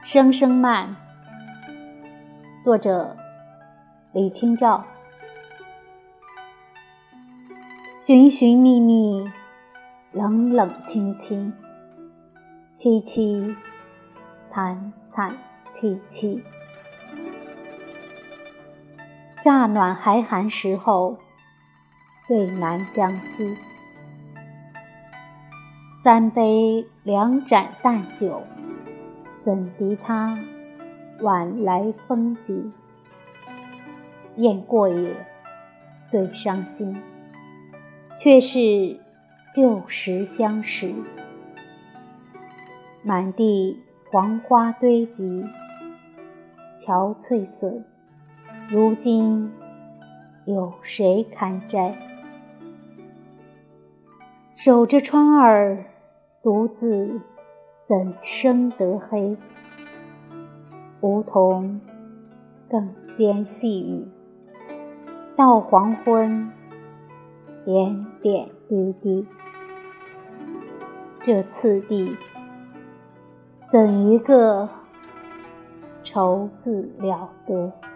声声慢，作者李清照。寻寻觅觅，冷冷清清，凄凄惨惨戚戚。乍暖还寒时候，最难相思。三杯两盏淡酒，怎敌他晚来风急。雁过也，最伤心，却是旧时相识。满地黄花堆积，憔悴损，如今有谁堪摘？守着窗儿，独自怎生得黑？梧桐更兼细雨，到黄昏点点滴滴。这次第，怎一个愁字了得！